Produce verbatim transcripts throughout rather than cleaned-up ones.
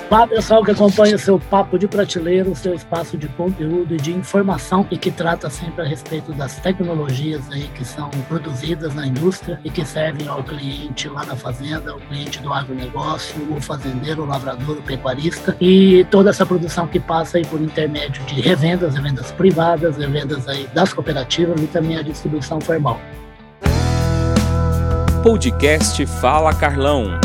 Olá, pessoal que acompanha o seu Papo de Prateleira, o seu espaço de conteúdo e de informação e que trata sempre a respeito das tecnologias aí que são produzidas na indústria e que servem ao cliente lá na fazenda, ao cliente do agronegócio, o fazendeiro, o lavrador, o pecuarista e toda essa produção que passa aí por intermédio de revendas, revendas privadas, revendas aí das cooperativas e também a distribuição formal. Podcast Fala Carlão.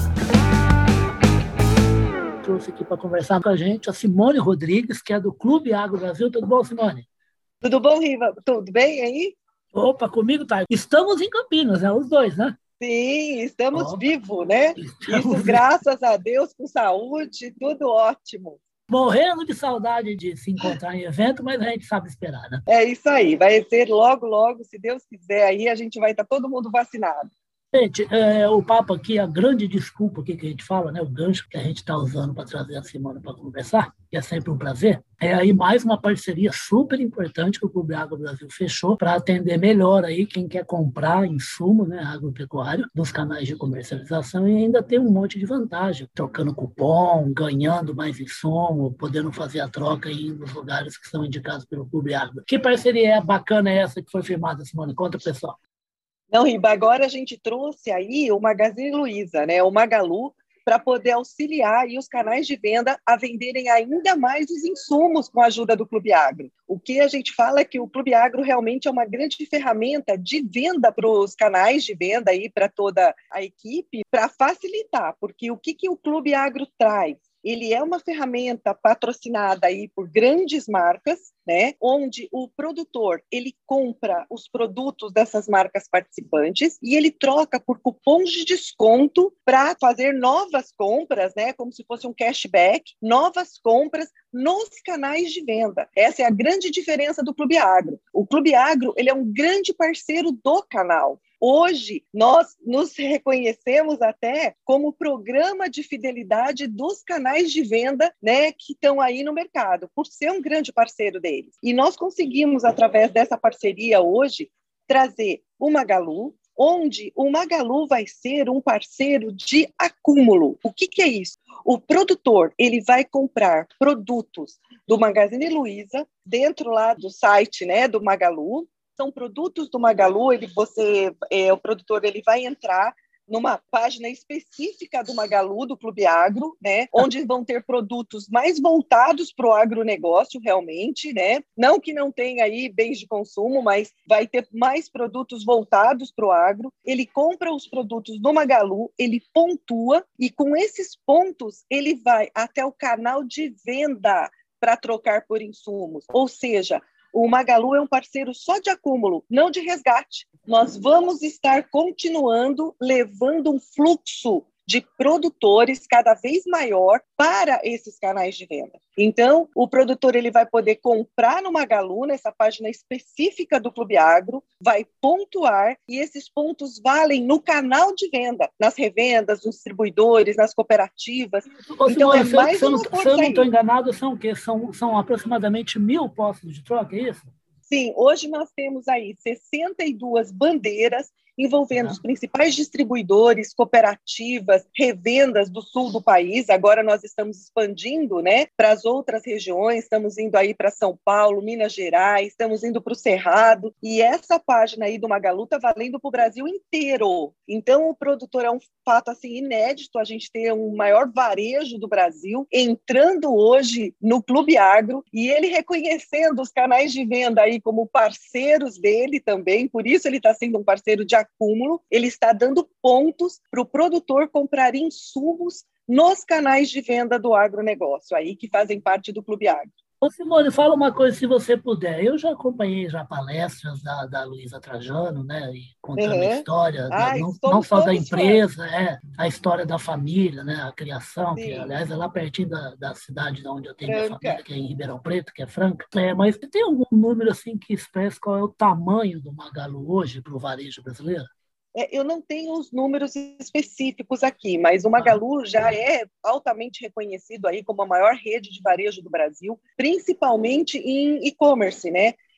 Trouxe aqui para conversar com a gente a Simone Rodrigues, que é do Clube Agro Brasil. Tudo bom, Simone? Tudo bom, Riva? Tudo bem aí? Opa, comigo tá. Estamos em Campinas, né? Os dois, né? Sim, estamos Opa, vivos, né? estamos Isso, graças a Deus, com saúde, tudo ótimo. Morrendo de saudade de se encontrar em evento, mas a gente sabe esperar, né? É isso aí, vai ser logo, logo, se Deus quiser, aí a gente vai estar todo mundo vacinado. Gente, é, o papo aqui, a grande desculpa aqui que a gente fala, né, o gancho que a gente está usando para trazer a Simone para conversar, que é sempre um prazer, é aí mais uma parceria super importante que o Clube Agro Brasil fechou para atender melhor aí quem quer comprar insumo, né, agropecuário dos canais de comercialização e ainda tem um monte de vantagem, trocando cupom, ganhando mais insumo, podendo fazer a troca aí nos lugares que são indicados pelo Clube Agro. Que parceria bacana é essa que foi firmada, Simone? Conta, pessoal. Não, Riba, agora a gente trouxe aí o Magazine Luiza, né, o Magalu, para poder auxiliar aí os canais de venda a venderem ainda mais os insumos com a ajuda do Clube Agro. O que a gente fala é que o Clube Agro realmente é uma grande ferramenta de venda para os canais de venda aí para toda a equipe, para facilitar, porque o que, que o Clube Agro traz? Ele é uma ferramenta patrocinada aí por grandes marcas, né, onde o produtor ele compra os produtos dessas marcas participantes e ele troca por cupons de desconto para fazer novas compras, né, como se fosse um cashback, novas compras nos canais de venda. Essa é a grande diferença do Clube Agro. O Clube Agro ele é um grande parceiro do canal. Hoje, nós nos reconhecemos até como programa de fidelidade dos canais de venda, né, que estão aí no mercado, por ser um grande parceiro deles. E nós conseguimos, através dessa parceria hoje, trazer o Magalu, onde o Magalu vai ser um parceiro de acúmulo. O que, que é isso? O produtor ele vai comprar produtos do Magazine Luiza dentro lá do site, né, do Magalu. São produtos do Magalu, ele, você, é, o produtor ele vai entrar numa página específica do Magalu, do Clube Agro, né, onde vão ter produtos mais voltados para o agronegócio, realmente, né, não que não tenha aí bens de consumo, mas vai ter mais produtos voltados para o agro. Ele compra os produtos do Magalu, ele pontua, e com esses pontos ele vai até o canal de venda para trocar por insumos, ou seja, o Magalu é um parceiro só de acúmulo, não de resgate. Nós vamos estar continuando levando um fluxo de produtores cada vez maior para esses canais de venda. Então, o produtor ele vai poder comprar no Magalu, nessa página específica do Clube Agro, vai pontuar e esses pontos valem no canal de venda, nas revendas, nos distribuidores, nas cooperativas. Ô, então, Simone, é se, mais se, eu uma não, se força eu não aí. estou enganado, são o quê? São, são aproximadamente mil postos de troca, é isso? Sim, hoje nós temos aí sessenta e duas bandeiras envolvendo os principais distribuidores, cooperativas, revendas do sul do país. Agora nós estamos expandindo, né, para as outras regiões, estamos indo aí para São Paulo, Minas Gerais, estamos indo para o Cerrado, e essa página aí do Magalu está valendo para o Brasil inteiro. Então o produtor é um fato assim inédito, a gente ter um maior varejo do Brasil entrando hoje no Clube Agro, e ele reconhecendo os canais de venda aí como parceiros dele também, por isso ele está sendo um parceiro de acúmulo, ele está dando pontos para o produtor comprar insumos nos canais de venda do agronegócio, aí que fazem parte do Clube Agro. Ô, Simone, fala uma coisa, se você puder. Eu já acompanhei já palestras da, da Luísa Trajano, né, e contando a Uhum. história, da, Ai, não, não somos só da todos empresa, é, a história da família, né, a criação, que, Sim. aliás, é lá pertinho da, da cidade onde eu tenho minha Franca. família, que é em Ribeirão Preto, que é Franca. É, mas tem algum número assim que expressa qual é o tamanho do Magalu hoje para o varejo brasileiro? É, eu não tenho os números específicos aqui, mas o Magalu já é altamente reconhecido aí como a maior rede de varejo do Brasil, principalmente em e-commerce, né?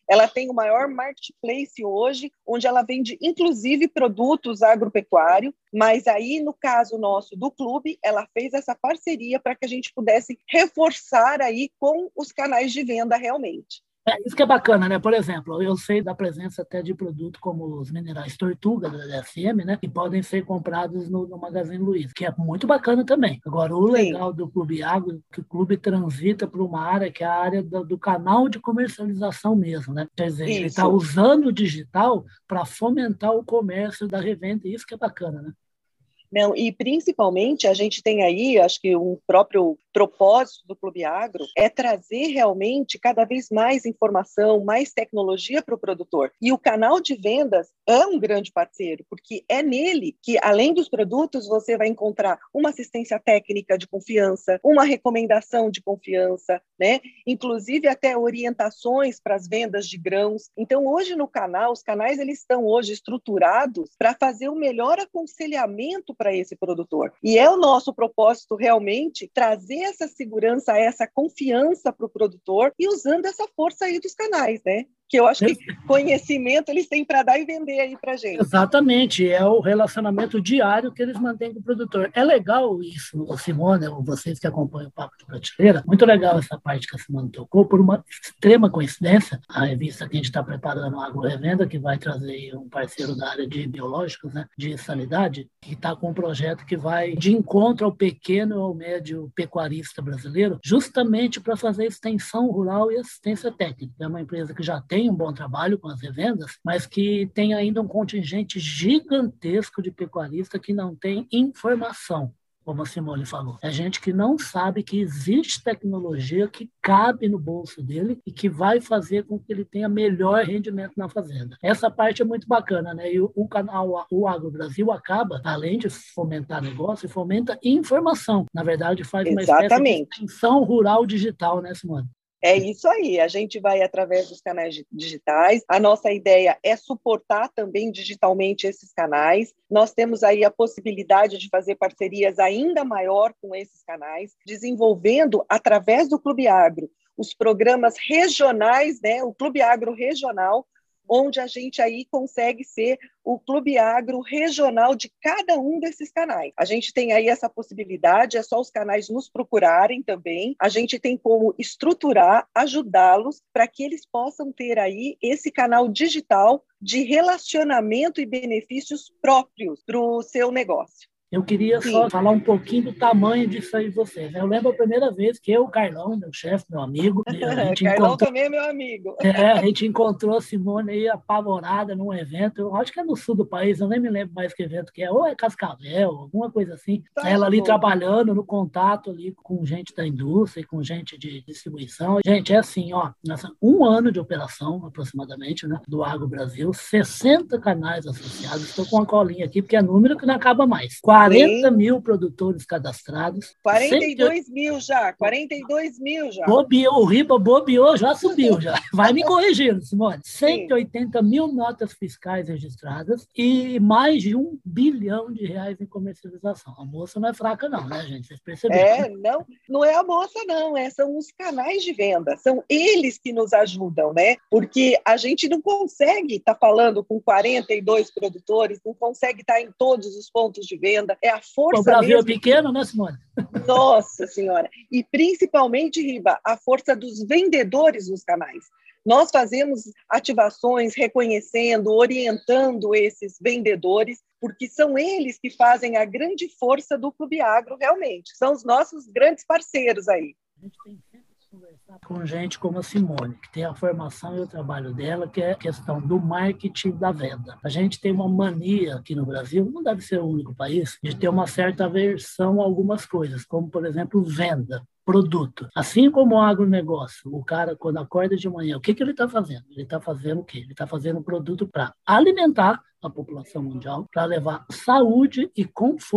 ela tem o maior marketplace hoje, onde ela vende, inclusive, produtos agropecuários, mas aí, no caso nosso do clube, ela fez essa parceria para que a gente pudesse reforçar aí com os canais de venda realmente. É, isso que é bacana, né? Por exemplo, eu sei da presença até de produtos como os minerais Tortuga, da D S M, né? Que podem ser comprados no, no Magazine Luiza, que é muito bacana também. Agora, o legal Sim. do Clube Agro é que o clube transita para uma área que é a área do, do canal de comercialização mesmo, né? Quer dizer, isso. Ele está usando o digital para fomentar o comércio da revenda, e isso que é bacana, né? Não, e principalmente a gente tem aí, acho que um próprio propósito do Clube Agro é trazer realmente cada vez mais informação, mais tecnologia para o produtor. E o canal de vendas é um grande parceiro, porque é nele que, além dos produtos, você vai encontrar uma assistência técnica de confiança, uma recomendação de confiança, né? Inclusive até orientações para as vendas de grãos. Então, hoje no canal, os canais eles estão hoje estruturados para fazer o melhor aconselhamento para esse produtor. E é o nosso propósito realmente trazer essa segurança, essa confiança para o produtor e usando essa força aí dos canais, né? Que eu acho que conhecimento eles têm para dar e vender aí para a gente. Exatamente, é o relacionamento diário que eles mantêm com o produtor. É legal isso, Simone, vocês que acompanham o Papo de Prateleira, muito legal essa parte que a Simone tocou, por uma extrema coincidência, a revista que a gente está preparando, a Agro Revenda, que vai trazer um parceiro da área de biológicos, né, de sanidade, que está com um projeto que vai de encontro ao pequeno e ao médio pecuarista brasileiro, justamente para fazer extensão rural e assistência técnica. É uma empresa que já tem tem um bom trabalho com as revendas, mas que tem ainda um contingente gigantesco de pecuaristas que não tem informação, como a Simone falou. É gente que não sabe que existe tecnologia que cabe no bolso dele e que vai fazer com que ele tenha melhor rendimento na fazenda. Essa parte é muito bacana, né? E o, o canal O Agro Brasil acaba, além de fomentar negócio, fomenta informação. Na verdade, faz uma Exatamente. espécie de extensão rural digital, né, Simone? É isso aí, a gente vai através dos canais digitais, a nossa ideia é suportar também digitalmente esses canais, nós temos aí a possibilidade de fazer parcerias ainda maior com esses canais, desenvolvendo através do Clube Agro os programas regionais, né, o Clube Agro Regional, onde a gente aí consegue ser o Clube Agro regional de cada um desses canais. A gente tem aí essa possibilidade, é só os canais nos procurarem também, a gente tem como estruturar, ajudá-los para que eles possam ter aí esse canal digital de relacionamento e benefícios próprios para o seu negócio. Eu queria Sim. só falar um pouquinho do tamanho disso aí de vocês. Eu lembro a primeira vez que eu, o Carlão, meu chefe, meu amigo... A gente Carlão encontrou... também é meu amigo. É, a gente encontrou a Simone aí apavorada num evento, eu acho que é no sul do país, eu nem me lembro mais que evento que é, ou é Cascavel, alguma coisa assim. Tá Ela ali bom. trabalhando no contato ali com gente da indústria, com gente de distribuição. Gente, é assim, ó, nessa, um ano de operação, aproximadamente, né, do Agro Brasil, sessenta canais associados. Estou com uma colinha aqui, porque é número que não acaba mais. quarenta mil produtores cadastrados. quarenta e dois mil já, quarenta e dois mil já. Bobeou, o Riba bobeou, já subiu, já. Vai me corrigindo, Simone. cento e oitenta mil notas fiscais registradas e mais de um bilhão de reais em comercialização. A moça não é fraca não, né, gente? Vocês perceberam? É, não, não é a moça não, é, são os canais de venda, são eles que nos ajudam, né? Porque a gente não consegue estar tá falando com quarenta e dois produtores, não consegue estar tá em todos os pontos de venda. É a força. O Brasil mesmo é pequeno, né, Simone? Nossa Senhora! E principalmente, Riba, a força dos vendedores nos canais. Nós fazemos ativações reconhecendo, orientando esses vendedores, porque são eles que fazem a grande força do Clube Agro, realmente. São os nossos grandes parceiros aí. A gente tem sempre que conversar com gente como a Simone, que tem a formação e o trabalho dela, que é a questão do marketing da venda. A gente tem uma mania aqui no Brasil, não deve ser o único país, de ter uma certa aversão a algumas coisas, como, por exemplo, venda. Produto. Assim como o agronegócio, o cara, quando acorda de manhã, o que, que ele está fazendo? Ele está fazendo o quê? Ele está fazendo um produto para alimentar a população mundial, para levar saúde e conforto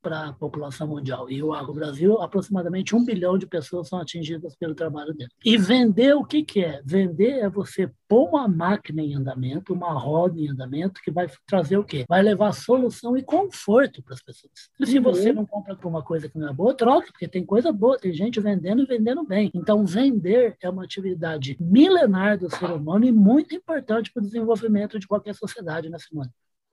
para a população mundial. E o AgroBrasil, aproximadamente um bilhão de pessoas são atingidas pelo trabalho dele. E vender, o que, que é? Vender é você pôr uma máquina em andamento, uma roda em andamento, que vai trazer o quê? Vai levar solução e conforto para as pessoas. E se você não compra por uma coisa que não é boa, troca, porque tem coisa boa, tem gente vendendo e vendendo bem. Então, vender é uma atividade milenar do ser humano e muito importante para o desenvolvimento de qualquer sociedade, né, Simone?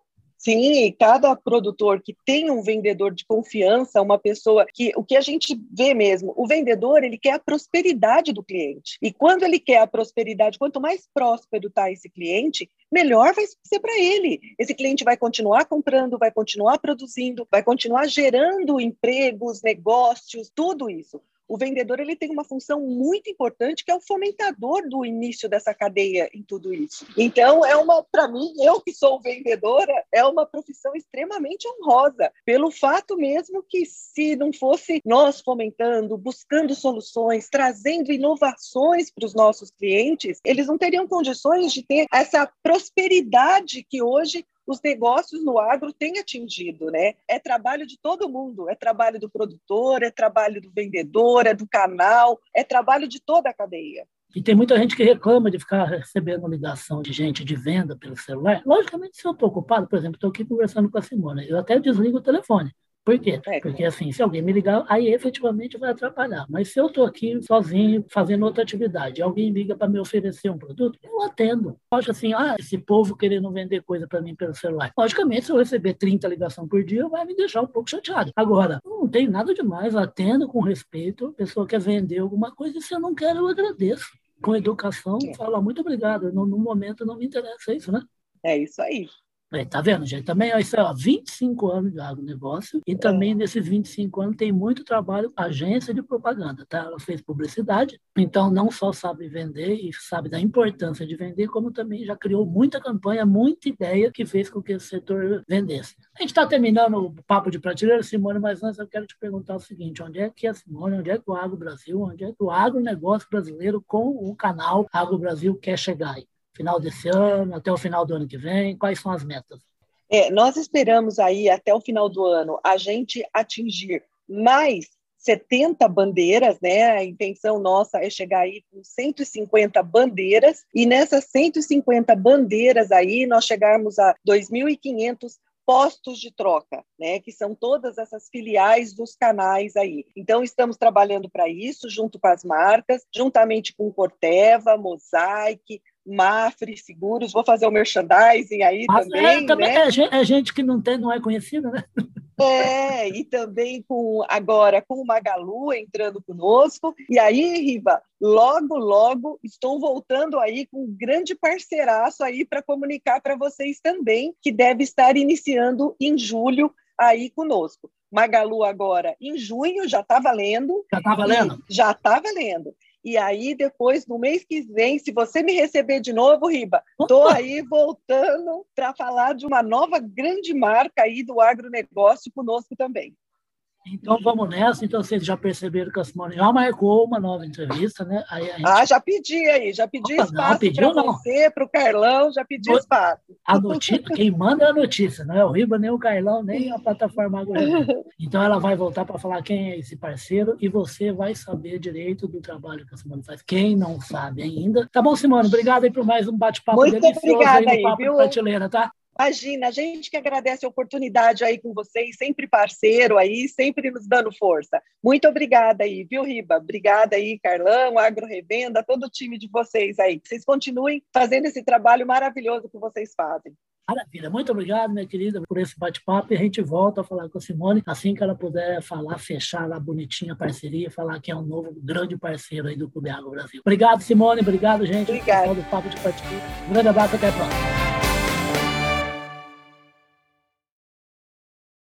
Sim, cada produtor que tem um vendedor de confiança, uma pessoa que, o que a gente vê mesmo, o vendedor, ele quer a prosperidade do cliente. E quando ele quer a prosperidade, quanto mais próspero está esse cliente, melhor vai ser para ele. Esse cliente vai continuar comprando, vai continuar produzindo, vai continuar gerando empregos, negócios, tudo isso. O vendedor, ele tem uma função muito importante, que é o fomentador do início dessa cadeia em tudo isso. Então, é uma, para mim, eu que sou vendedora, é uma profissão extremamente honrosa, pelo fato mesmo que, se não fosse nós fomentando, buscando soluções, trazendo inovações para os nossos clientes, eles não teriam condições de ter essa prosperidade que hoje os negócios no agro têm atingido, né? É trabalho de todo mundo, é trabalho do produtor, é trabalho do vendedor, é do canal, é trabalho de toda a cadeia. E tem muita gente que reclama de ficar recebendo ligação de gente de venda pelo celular. Logicamente, se eu estou ocupado, por exemplo, estou aqui conversando com a Simone, eu até desligo o telefone. Por quê? É, porque, assim, se alguém me ligar, aí efetivamente vai atrapalhar. Mas se eu estou aqui sozinho, fazendo outra atividade, e alguém liga para me oferecer um produto, eu atendo. Eu acho assim, ah, esse povo querendo vender coisa para mim pelo celular. Logicamente, se eu receber trinta ligações por dia, vai me deixar um pouco chateado. Agora, não tem nada demais, atendo com respeito, a pessoa quer vender alguma coisa, e se eu não quero, eu agradeço. Com educação, é. Fala muito obrigado. No, no momento não me interessa isso, né? É isso aí. É, tá vendo, gente? Também isso é vinte e cinco anos de agronegócio e também é. Nesses vinte e cinco anos tem muito trabalho agência de propaganda, tá? Ela fez publicidade, então não só sabe vender e sabe da importância de vender, como também já criou muita campanha, muita ideia que fez com que esse setor vendesse. A gente está terminando o papo de prateleira, Simone, mas antes eu quero te perguntar o seguinte, onde é que a Simone, onde é que o AgroBrasil, onde é que o agronegócio brasileiro com o canal AgroBrasil quer chegar aí? Final desse ano, até o final do ano que vem, quais são as metas? É, nós esperamos aí, até o final do ano, a gente atingir mais setenta bandeiras, né? A intenção nossa é chegar aí com cento e cinquenta bandeiras, e nessas cento e cinquenta bandeiras aí, nós chegarmos a dois mil e quinhentos postos de troca, né, que são todas essas filiais dos canais aí. Então, estamos trabalhando para isso, junto com as marcas, juntamente com Corteva, Mosaic, Mafre, Seguros, vou fazer o merchandising aí Mas também, é, também né? É gente, é gente que não, tem, não é conhecida, né? É, e também com, agora com o Magalu entrando conosco, e aí, Riva, logo, logo estou voltando aí com um grande parceiraço aí para comunicar para vocês também, que deve estar iniciando em julho aí conosco. Magalu agora em junho, já está valendo. Já está valendo? Já está valendo. E aí, depois, no mês que vem, se você me receber de novo, Riba, estou aí voltando para falar de uma nova grande marca aí do agronegócio conosco também. Então, vamos nessa. Então, vocês já perceberam que a Simone já marcou uma nova entrevista, né? Aí a gente... Ah, já pedi aí, já pedi Opa, espaço para você, para o Carlão, já pedi no... espaço. A notícia, quem manda é a notícia, não é o Riba, nem o Carlão, nem a plataforma Agro. Então, ela vai voltar para falar quem é esse parceiro e você vai saber direito do trabalho que a Simone faz. Quem não sabe ainda. Tá bom, Simone? Obrigado aí por mais um bate-papo delicioso obrigada aí no Papo aí, viu? de Prateleira, tá? Imagina, a gente que agradece a oportunidade aí com vocês, sempre parceiro aí, sempre nos dando força. Muito obrigada aí, viu, Riba? Obrigada aí, Carlão, Agro Revenda, todo o time de vocês aí. Que vocês continuem fazendo esse trabalho maravilhoso que vocês fazem. Maravilha, muito obrigado, minha querida, por esse bate-papo, e a gente volta a falar com a Simone assim que ela puder falar, fechar lá bonitinha a parceria, falar que é um novo grande parceiro aí do Clube AgroBrasil. Obrigado, Simone, obrigado, gente. Obrigado. Do Papo de Prateleira. Um grande abraço, até a próxima.